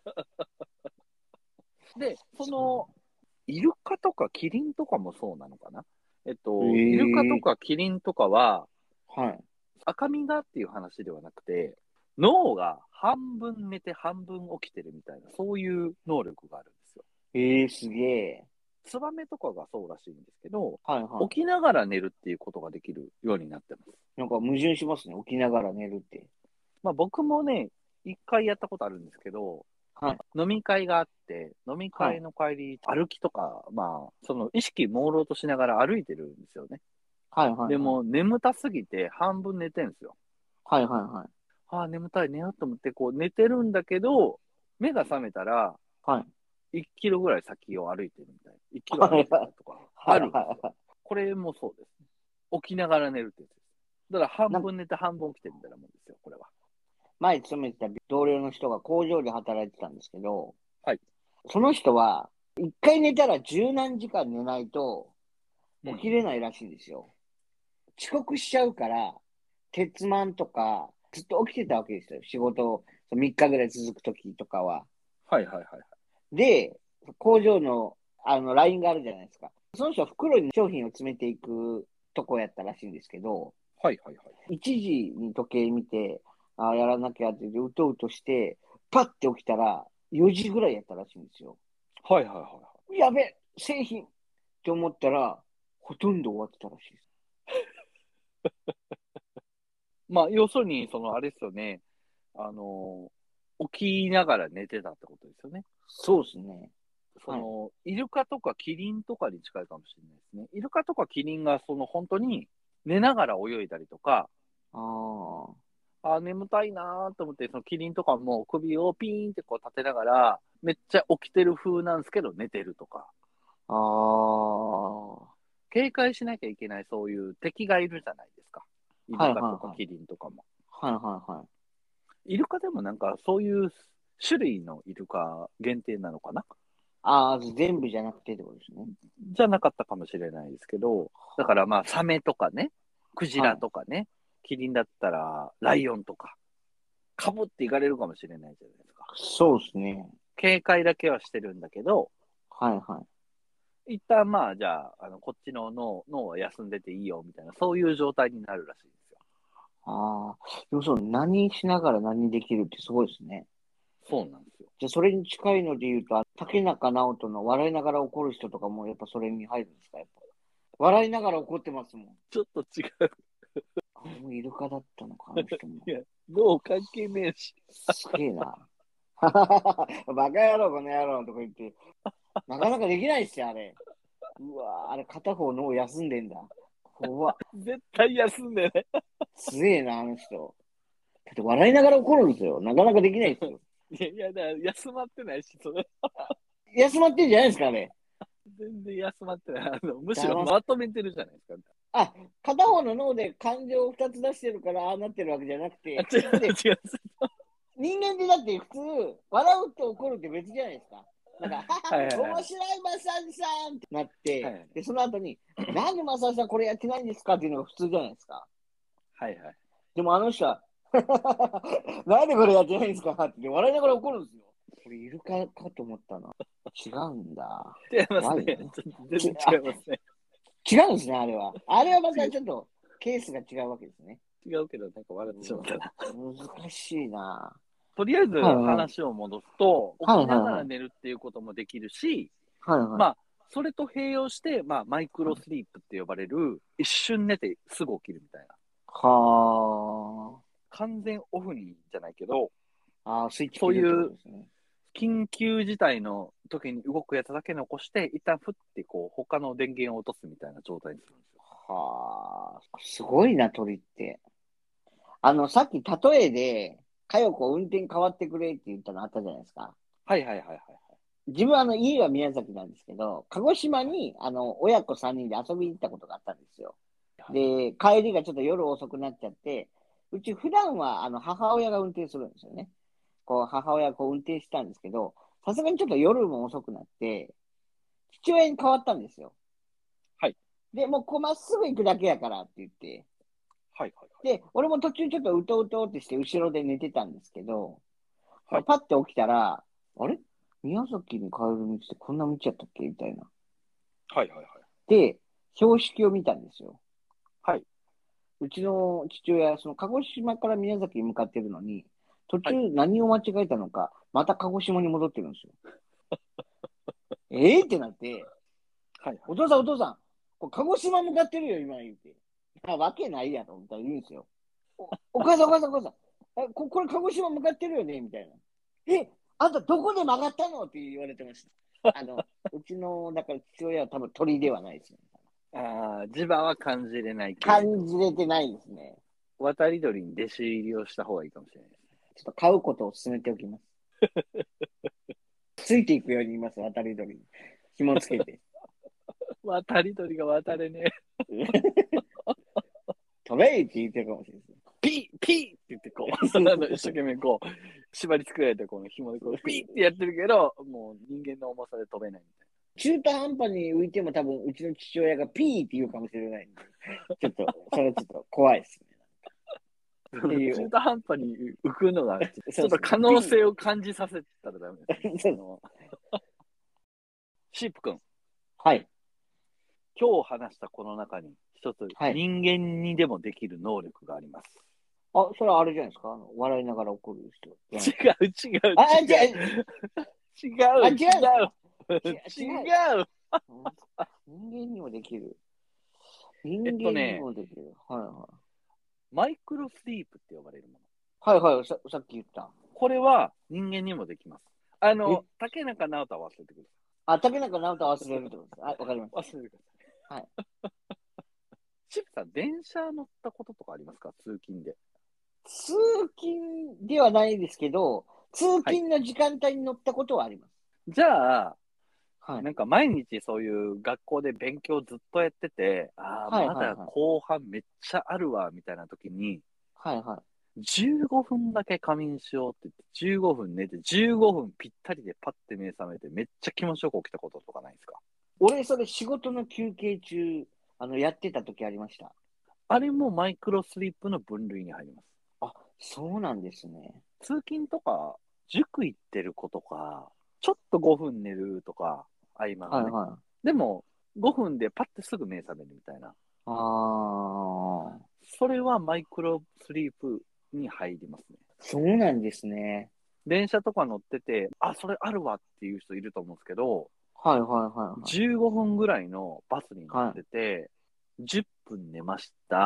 で、 今。 イルカとかキリンとかもそうなのかな。イルカとええ、 かキリンとかは、 はい。 赤身がっていう話ではなくて、脳が半分寝て半分起きてるみたいな、そういう能力があるんですよ。 ええ、すげえ。 ツバメとかがそうらしいんですけど、 はいは起きながら寝るっていうことができるようになってます。 い。なんか矛盾しますね。起きながら寝るって。 まあ僕もね、一回やったことあるんですけど、 はい。 飲み会があって、飲みはい。 会の帰り、歩きとか、まあ、その意識朦朧としながら歩いてるんですよね。 はいはいはい。 でも、眠たすぎて半分寝てんですよ。 はいはいはい。 ああ、眠たい、寝ようと思って、こう寝てるんだけど、目が覚めたら、 はい。 1キロぐらい先を歩いてるみたいな。1キロ歩いはいはい。 てたとか、 はいあるんですよ。 はい。 これもそうですね。起きながら寝るってやつです。だから半なん分寝て半分起きてるみたいなもんですよ、これは。 前勤めてた同僚の人が工場で働いてたんですけど、 はい。 その人は、一回寝たら十何時間寝ないとうん。 起きれないらしいんですよ。遅刻しちゃうから、鉄マンとか、ずっと起きてたわけですよ。仕事3日ぐらい続くときとかは。 はいはいはいはい。 で、工場の、ラインがあるじゃないですか。その人は袋に商品を詰めていくとこやったらしいんですけど、 はいはいはい。 1時に時計見て、ああ、やらなきゃってうとうとして、パッて起きたら、4時ぐらいやったらしいんですよ。 はいはいはいはい。 やべ、製品って思ったら、ほとんど終わってたらしいです。 まあ、要するに、あれですよね。あの、起きながら寝てたってことですよね。 そうですね。はい。 イルカとかキリンとかに近いかもしれないですね。イルカとかキリンが、本当に寝ながら泳いだりとか、 ああ、 眠たいなーと思って、そのキリンとかも首をピーンってこう立てながら、めっちゃ起きてる風なんですけど、寝てるとか。 ああ、は警戒しなきゃいけないそういう敵がいるじゃないですか。イいはいルカとかはい。 キリンとかも。 はいはいはい。 イルカでもなんかそういう種類のイルカ限定なのかな、 ああ、全部じゃなくてってことですね。 じゃなかったかもしれないですけど、だからまあサメとかね、クジラはい。 とかね、キリンだったらライオンとか、かぶっていかれるかもしれないじゃないですか。 そうですね。 警戒だけはしてるんだけど、 はいはい。 一旦まあじゃあ、こっちの脳は休んでていいよみたいな、そういう状態になるらしいんですよ。 ああ、でも何しながら何できるってすごいですね。 そうなんですよ。 じゃあ、それに近いので言うと、竹中直人の笑いながら怒る人とかもやっぱそれに入るんですか、やっぱ。笑いながら怒ってますもん。 ちょっと違う。 あれもイルカだったのか、あの人も。 いや、脳関係ねえし。 すげえな。バカ野郎、この野郎とか言って。なかなかできないっすよ、あれ。うわぁ、あれ片方脳休んでんだ。怖っ。 絶対休んでね。 強えな、あの人。だって笑いながら怒るんですよ。なかなかできないっすよ。 いや、だから休まってないし、それ。 休まってんじゃないですか、あれ。 全然休まってない。むしろだままとめてるじゃないですか。 あ、片方の脳で感情を2つ出してるからああなってるわけじゃなくて、 違う、 だって違う。 人間ってだって普通、笑うと怒るって別じゃないですか。なんか、ははいはいはいは、面白いマッサージさんってなって、 はいで、その後に、なんでマッサージさんこれやってないんですかっていうのが普通じゃないですか。 はいはい。 でもあの人は、なんでこれやってないんですかって笑いながら怒るんですよ。これイルカかと思ったな。違うんだ。 違いますね。 怖いね。 全然違いますね。 違うんですね、あれは。あれはまたちょっとケースが違うわけですね。 違うけど、なんか笑ってしまったな。 難しいな。 とりあえずはいはい。 話を戻すと、 はいはい起きながはい。 ら寝るっていうこともできるし、 はいはい。 まあ、それと併用して、まあ、マイクロスリープって呼ばれる、一瞬寝てすぐ起きるみたいな。 は完全オフにじゃないけど、 あ。ああ、スイッチ切るってことそういうですね。 緊急事態の時に動くやつだけ残して、一旦ふってこう、他の電源を落とすみたいな状態にするんですよ。 はあ。すごいな、鳥って。さっき例えで、かよこ運転変わってくれって言ったのあったじゃないですか。 はいはいはいはい。 自分家は宮崎なんですけど、鹿児島に、親子3人で遊びに行ったことがあったんですよ。で、帰りがちょっと夜遅くなっちゃって、うち普段は、母親が運転するんですよね。こう、母親がこう運転してたんですけど、さすがにちょっと夜も遅くなって、父親に変わったんですよ。 はい。 で、もうこうまっすぐ行くだけやからって言って、 はいはいで、俺も途中ちょっとうとうとってして後ろで寝てたんですけど、 はい。 パッて起きたら、あれ宮崎に帰る道ってこんな道やったっけみたいな。 はいはいはい。 で、標識を見たんですよ。 はい。 うちの父親、その鹿児島から宮崎に向かってるのに、途中はい。 何を間違えたのか、また鹿児島に戻ってるんですよ。えってなって、 はい。 お父さんお父さん、これ鹿児島向かってるよ、今言うて。わけないやろ、みたいな言うんですよ。お母さんお母さんお母さん、これ鹿児島向かってるよねみたいな。あんたどこで曲がったのって言われてました。うちの、だから父親は多分鳥ではないですね。 ああ、磁場は感じれないけれど、 感じれてないですね。 渡り鳥に弟子入りをした方がいいかもしれないですね。 ちょっと買うことを勧めておきます。ついていくように言います、渡り鳥に。紐つけて。 渡り鳥が渡れねえ。 飛べいって言ってるかもしれないですね。 ピーピーって言ってこう、一生懸命こう、縛り付けられてこの紐でこう、ピーってやってるけど、もう人間の重さで飛べないみたい中途半端に浮いても多分うちの父親がピーって言うかもしれないんで、ちょっと、それはちょっと怖いですね。 な。中途半端に浮くのが、ちょっとそうですね可能性を感じさせたらダメです、ね。 そうシープ君、 はい。 今日話したこの中に一つ、 はい。 人間にでもできる能力があります。 あ、それはあれじゃないですか笑いながら怒る人。 違う、違う、 あ、 違う。 違う。 違う、 違う。 違う。 違う。 違う。 人間にもできる。人間にもできる。はいはい。 マイクロスリープって呼ばれるもの。 はいはい、さっき言った。 これは人間にもできます。竹中直人は忘れてくだあ、竹中直人忘れるってことです。わかりましさい。忘れてください。 はい。 シップさん、電車乗ったこととかありますか？通勤で。 通勤ではないですけど、通勤の時間帯に乗ったことはあります。 じゃあ、 はい。 なんか毎日そういう学校で勉強ずっとやってて、まだ後半めっちゃあるわ、みたいな時に、 はいはい。 15分だけ仮眠しようって言って、15分寝て、15分ぴったりでパッて目覚めて、めっちゃ気持ちよく起きたこととかないですか？ 俺、それ仕事の休憩中、やってた時ありました。 あれもマイクロスリープの分類に入ります。 あ、そうなんですね。 通勤とか、塾行ってる子とか、ちょっと5分寝るとか、合間のね。 はいはい。 でも、5分でパッてすぐ目覚めるみたいな。 ああ、 それはマイクロスリープに入りますね。 そうなんですね。 電車とか乗ってて、それあるわっていう人いると思うんですけど、 はいはいはいはい。 15分ぐらいのバスに乗ってて、10分寝ました。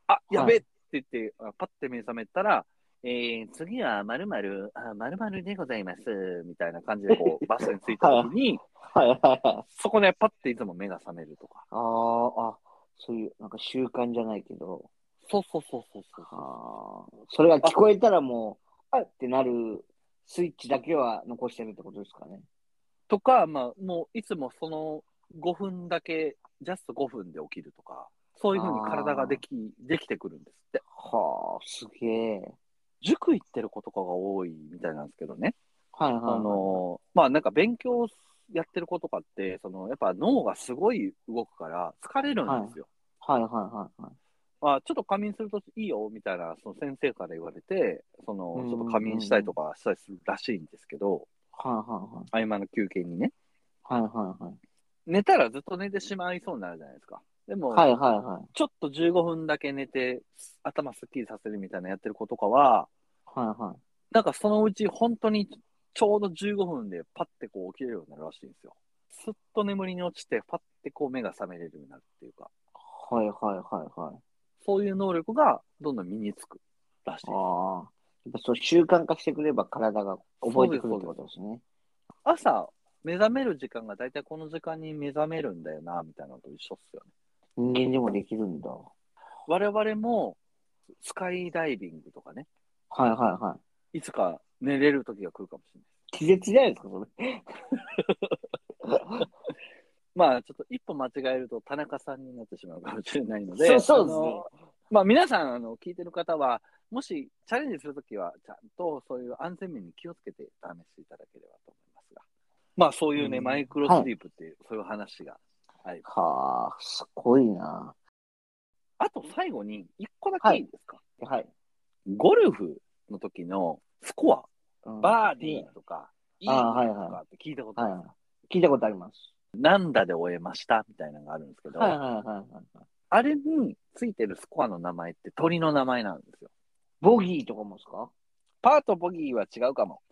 やはい。 べえって言って、パッて目覚めたら、次は〇〇、〇〇でございます、みたいな感じでこう、バスに着いた時はい。 に、 はいはいはい。 そこでパッていつも目が覚めるとか。 そういう、なんか習慣じゃないけど、 そうそうそうそうそうそう。 それが聞こえたらもう、あってなるスイッチだけは残してるってことですかね。 とか、まあ、もういつもその5分だけ、ジャスト5分で起きるとか、そういうふうに体があできてくるんですって。 すげえ。 塾行ってる子とかが多いみたいなんですけどね。 はいはいはいはい。 まあなんか勉強やってる子とかって、やっぱ脳がすごい動くから疲れるんはいですよ。 はいはいはいはい。 まあちょっと仮眠するといいよみたいな、その先生から言われて、ちょっとうん仮眠したりうんうん。 とかしたりするらしいんですけど、 はいはいはい。 合間の休憩にね。 はいはいはい。 寝たらずっと寝てしまいそうになるじゃないですか。でも、 はいはいはい。 ちょっと15分だけ寝て、頭すっきりさせるみたいなやってる子とかは、 はいはい。 なんかそのうち本当にちょうど15分でパッてこう起きれるようになるらしいんですよ。すっと眠りに落ちて、パッてこう目が覚めれるようになるっていうか、 はいはいはいはい。 そういう能力がどんどん身につくらしいです。 やっぱそう習慣化してくれば体が覚そうです、 えてくるってそうです。 ことですね。 朝、目覚める時間がだいたいこの時間に目覚めるんだよな、みたいなのと一緒っすよね。 人間でもできるんだ。は我々もスカイダイビングとかね、 いはいはい。 いつか寝れる時が来るかもしれない。 気絶じゃないですか、それ。 まあ、ちょっと一歩間違えると田中さんになってしまうかもしれないのそう、 で、 そうですね。 まあ、皆さん、聞いてる方は、もしチャレンジするときは、ちゃんとそういう安全面に気をつけて試していただければと思いますが。まあ、そういうね、マイクロスはい。 リープっていう、そういう話があります。 すごいな。 あと、最後に、一個だけはい。 いいですか？ はい。 ゴルフの時のスコア、 うん。 バーディーとか、イーグはいはい。 ルとかって聞いたことないですか？ はい。聞いたことあります。 何打で終えましたみたいなのがあるんですけど、 はいはいはいはい。 あれについてるスコアの名前って鳥の名前なんですよ。 ボギーとかもですか？ パーとボギーは違うかも。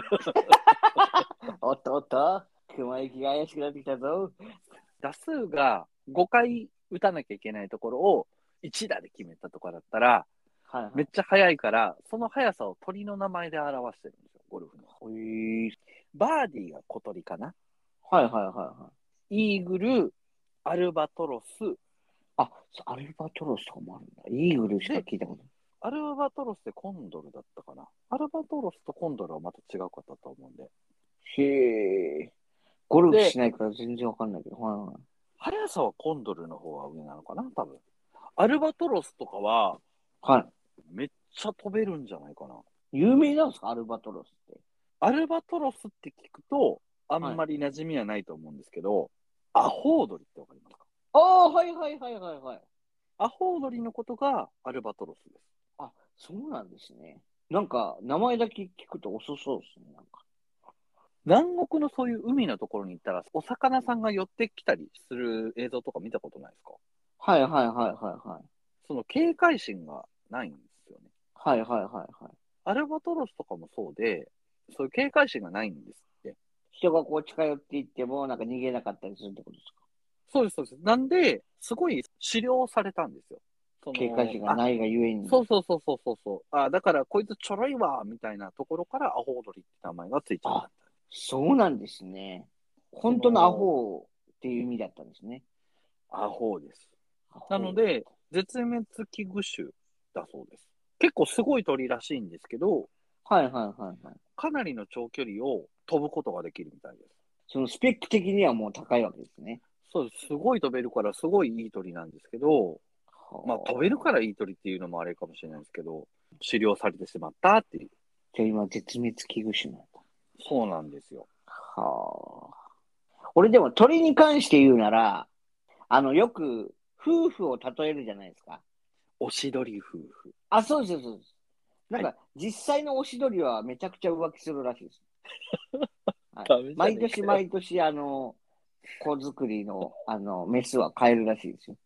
おっとおっと、雲行きが怪しくなってきたぞ。 打数が5回打たなきゃいけないところを1打で決めたとかだったら、 はいはい。 めっちゃ速いから、その速さを鳥の名前で表してるんですよ、ゴルフの。バーディーが小鳥かな。 はいはいはいはい。 イーグル、アルバトロス。 アルバトロスとかもあるんだ。イーグルしかで、 聞いたことない。 アルバトロスでコンドルだったかな。アルバトロスとコンドルはまた違うかったと思うんで。 へえ。ゴルフで、 しないから全然わかんないけど。はいはい。 速さはコンドルの方が上なのかな、多分。アルバトロスとかは、 はい。 めっちゃ飛べるんじゃないかな。 有名なんですかアルバトロスって。 アルバトロスって聞くと、あはい。 んまり馴染みはないと思うんですけど、アホウドリってわかりますか？ はいはいはいはいはい。 アホウドリのことがアルバトロスです。 そうなんですね。なんか、名前だけ聞くと遅そうですね。なんか。 南国のそういう海のところに行ったら、お魚さんが寄ってきたりする映像とか見たことないですか？ はいはいはいはいはい。 その警戒心がないんですよね。 はいはいはいはい。 アルバトロスとかもそうで、そういう警戒心がないんですって。 人がこう近寄っていっても、なんか逃げなかったりするってことですか？ そうです、そうです。なんで、すごい狩猟されたんですよ。 警戒心がないがゆえに。 そうそうそうそうそうそう。だからこいつちょろいわ、みたいなところからアホウドリって名前がついちゃったあ、 みたいそうなんですね。 な。 本当のアホっていう意味だったんですね。 アホです。 アホ。 なので、絶滅危惧種だそうです。結構すごい鳥らしいんですけど、 はいはいはいはい。 かなりの長距離を飛ぶことができるみたいです。 そのスペック的にはもう高いわけですね。 そうです。すごい飛べるからすごいいい鳥なんですけど、まあ飛べるはあ。 からいい鳥っていうのもあれかもしれないですけど、狩猟されてしまったっていう。 じゃあ今絶滅危惧種なんだ。 そうなんですよ。 はあ。俺でも鳥に関して言うなら、よく夫婦を例えるじゃないですか。 オシドリ夫婦。 そうです、そうです。なんはい。 か、実際のオシドリはめちゃくちゃ浮気するらしいです。はい。 ダメじゃ毎年ねえかよ。 毎年、子作りの、メスは変えるらしいですよ。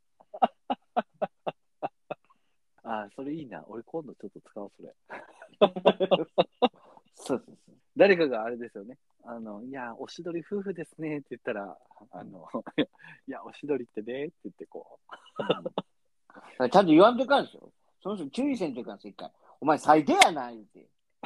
それいいな。俺今度ちょっと使おう、それ。 そうそうそ誰かがあれですよね。いや、おしどり夫婦ですねって言ったら、いや、おしどりってねって言ってこう。 う。うんちゃんと言わんといかんですよ。その人注意せんといかんですよ、一回。お前最低やな、言うて。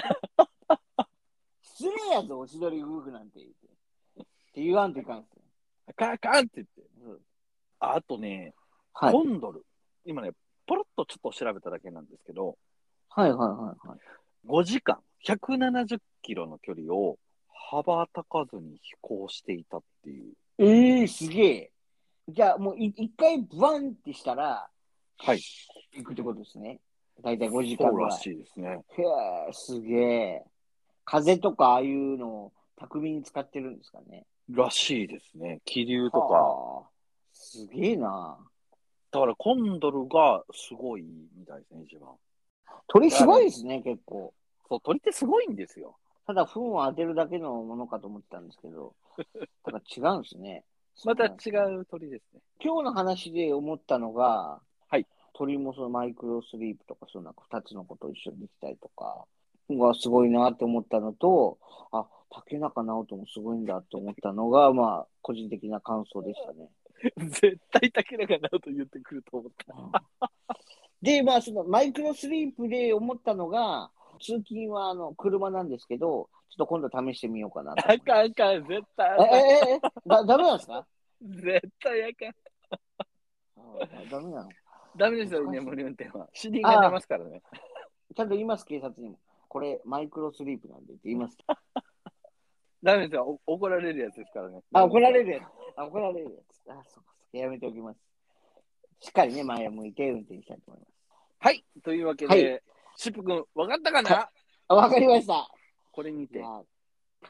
失礼やぞ、おしどり夫婦なんて言うて。って言わんといかんですよ。 あかんあかんって言って。 うん、 あとね、 はい。 コンドル。今ね、ポロッとちょっと調べただけなんですけど、 はいはいはいはい。 5時間、170キロの距離を羽ばたかずに飛行していたっていう。 すげえ。じゃあもう一回ブワンってしたら、 はい。 行くってことですね。だいたい5時間ぐらい。 そうらしいですね。 へえ、すげえ。風とかああいうのを巧みに使ってるんですかね。 らしいですね。気流とか。 はあ、すげえな。 だからコンドルがすごいみたいですね、一番。 鳥すだからね、 ごいですね、結構。 そう、鳥ってすごいんですよ。 ただ、糞を当てるだけのものかと思ってたんですけど、ただ違うんですね。そまた違うなんですね。 う鳥ですね。 今日の話で思ったのが、 はい。 鳥もそのマイクロスリープとか、その二つのことを一緒にできたりとか、がすごいなって思ったのと、あ、竹中直人もすごいんだって思ったのが、まあ、個人的な感想でしたね。 絶対竹中直人言ってくると思った。 で、まあ、そのマイクロスリープで思ったのが、通勤は車なんですけど、ちょっと今度試してみようかなとあ思います。 かんあかん、絶対あかん。 ダメなんですか？ 絶対あかん。 ダメなの？ ダメですよ、居難しい。 眠り運転は。死人が出ああ、 ますからね。 ちゃんと言います、警察にも。これ、マイクロスリープなんでって言います。 ダメですよ。怒られるやつですからね。 あ、怒られる。 るやつ。怒られるやつ。そうか、やめておきます。しっかりね、前を向いて運転したいと思います。 はい。というわけはい。 で、シップ君、わかったかな？ わかりました。 これにて、 はい。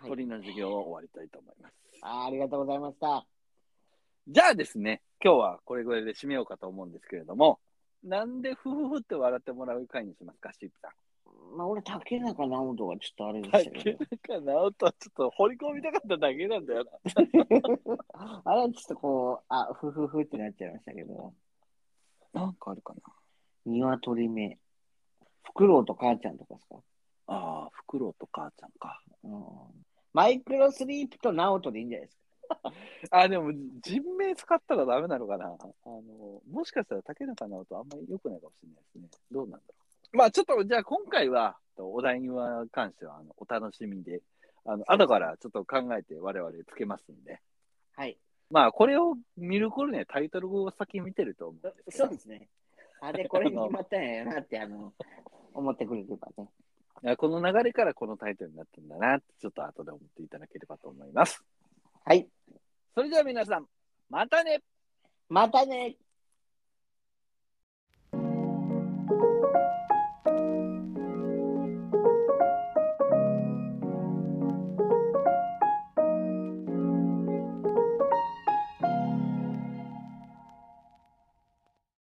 鳥の授業を終わりたいと思います。 ありがとうございました。 じゃあですね、今日はこれぐらいで締めようかと思うんですけれども、なんでふふふって笑ってもらう回にしますか、シップさん。 まあ、俺、竹中直人がちょっとあれでしたけ竹ど。 中直人はちょっと掘り込みたかっただけなんだよな。 あれはちょっとこう、ふふふってなっちゃいましたけど。 なんかあるかな。 鶏目。フクロウと母ちゃんとかですか？ ああ、フクロウと母ちゃんか。 うん、マイクロスリープと直人でいいんじゃないですか？ あ、でも人名使ったらダメなのかな。もしかしたら竹中直人あんまり良くないかもしれないですね。どうなんだろう。まあちょっと、じゃあ今回は、お題に関しては、お楽しみで、後からちょっと考えて我々つけますんで。 はい。 まあこれを見る頃にはタイトルを先見てると思うんですけど。 そうですね。で、これに決まったんやなって、思ってくれればね。 この流れからこのタイトルになってるんだなって、ちょっと後で思っていただければと思います。 はい。 それでは皆さん、またね。 またね。